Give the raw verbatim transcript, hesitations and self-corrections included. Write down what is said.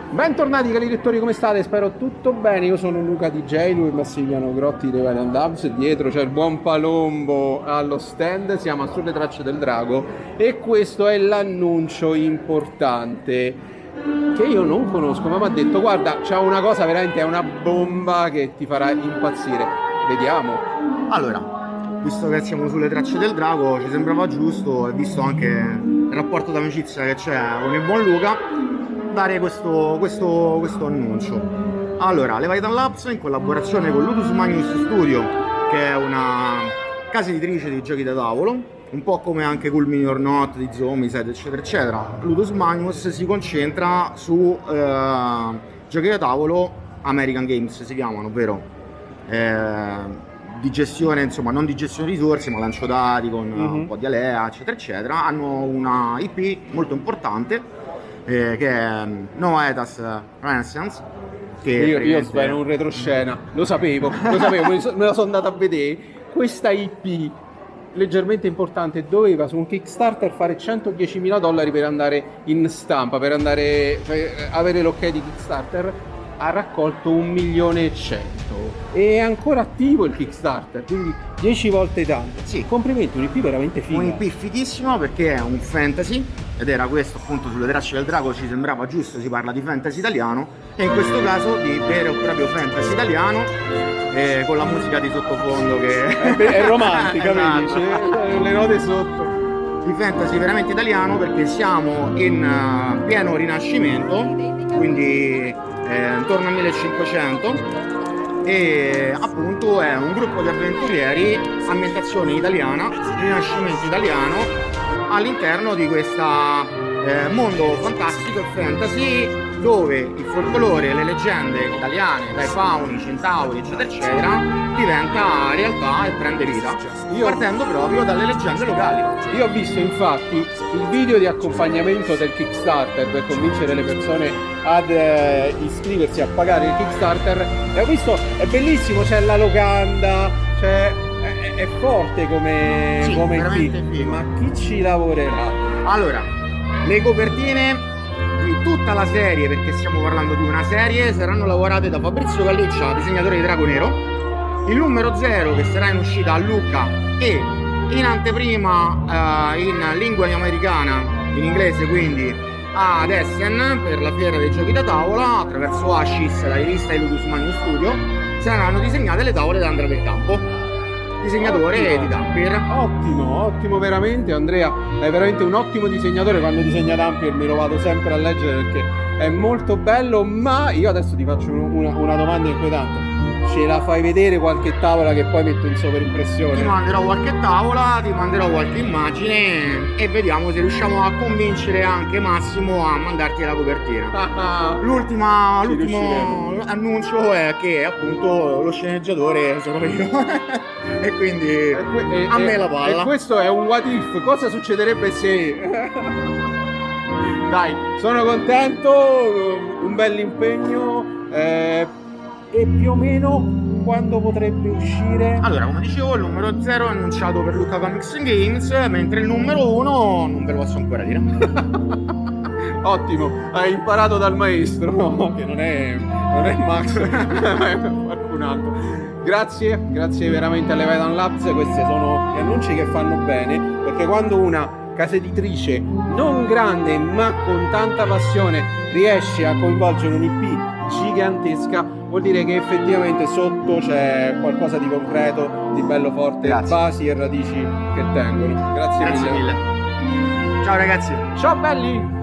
Bentornati cari lettori, come state? Spero tutto bene. Io sono Luca D J, lui è Massimiliano Grotti dei Valiant Dubs. Dietro c'è il buon Palombo allo stand. Siamo sulle tracce del drago e questo è l'annuncio importante che io non conosco, ma mi ha detto guarda, c'è una cosa veramente, è una bomba che ti farà impazzire. Vediamo. Allora, visto che siamo sulle tracce del drago, ci sembrava giusto, e visto anche il rapporto d'amicizia che c'è con il buon Luca, dare questo, questo, questo annuncio. Allora, Leviathan Labs in collaborazione con Ludus Magnus Studio, che è una casa editrice di giochi da tavolo, un po' come anche Cool Mini or Not di Zombicide eccetera eccetera. Ludus Magnus si concentra su eh, giochi da tavolo American Games, si chiamano, ovvero eh, di gestione, insomma non di gestione risorse ma lancio dati con mm-hmm. un po' di alea eccetera eccetera. Hanno una I P molto importante eh, che è Noetas Renaissance, che io, praticamente... io svelo un retroscena, lo sapevo, lo sapevo, me, so, me la sono andata a vedere. Questa I P leggermente importante doveva su un Kickstarter fare centodiecimila dollari per andare in stampa, per andare per avere l'ok di Kickstarter. Ha raccolto un milione e cento e è ancora attivo il Kickstarter, quindi dieci volte tanto. Sì, complimenti, un I P veramente figo. Un I P fighissimo perché è un fantasy, ed era questo appunto sulle tracce del drago, ci sembrava giusto, si parla di fantasy italiano e in questo caso di vero e proprio fantasy italiano, eh, con la musica di sottofondo che è, è romantica, esatto. Vedi, c'è le note sotto. Di fantasy veramente italiano, perché siamo in uh, pieno rinascimento, quindi eh, intorno al millecinquecento, e appunto è un gruppo di avventurieri, ambientazione italiana, rinascimento italiano, all'interno di questo eh, mondo fantastico e fantasy, dove il folklore e le leggende italiane, dai fauni, centauri eccetera eccetera, diventa realtà e prende vita, io, partendo proprio dalle leggende locali. Io ho visto infatti il video di accompagnamento del Kickstarter per convincere le persone ad eh, iscriversi a pagare il Kickstarter e ho visto, è bellissimo, c'è la locanda, c'è, è, è forte come, sì, come veramente qui, figo. Ma chi ci lavorerà? Allora, le copertine di tutta la serie, perché stiamo parlando di una serie, saranno lavorate da Fabrizio Galliccia, disegnatore di Drago Nero. Il numero zero che sarà in uscita a Lucca e in anteprima uh, in lingua americana, in inglese quindi, ad Essen per la fiera dei giochi da tavola attraverso Ascis, la rivista di Ludus Magnus Studio, saranno disegnate le tavole da Andrea Del Campo, disegnatore ottimo. Di Dampier. Ottimo, ottimo veramente. Andrea è veramente un ottimo disegnatore. Quando disegna Dampier me lo vado sempre a leggere perché è molto bello. Ma io adesso ti faccio una, una domanda inquietante: ce la fai vedere qualche tavola che poi metto in sovraimpressione? Ti manderò qualche tavola, ti manderò qualche immagine e vediamo se riusciamo a convincere anche Massimo a mandarti la copertina. L'ultima, l'ultimo annuncio è che appunto lo sceneggiatore sono io e quindi e que- e, a me e, la palla. E questo è un what if, cosa succederebbe se... Dai, sono contento, un bell'impegno. Eh, E più o meno quando potrebbe uscire? Allora, come dicevo, il numero zero è annunciato per Lucca Comics and Games, mentre il numero uno non ve lo posso ancora dire. Ottimo, hai imparato dal maestro, no, che non è, non è Max, ma è qualcun altro. Grazie, grazie veramente alle Leviathan Labs, questi sono gli annunci che fanno bene, perché quando una casa editrice non grande ma con tanta passione riesce a coinvolgere un I P gigantesca, vuol dire che effettivamente sotto c'è qualcosa di concreto, di bello forte, grazie. Basi e radici che tengono. Grazie, Grazie mille. mille. Ciao ragazzi. Ciao belli.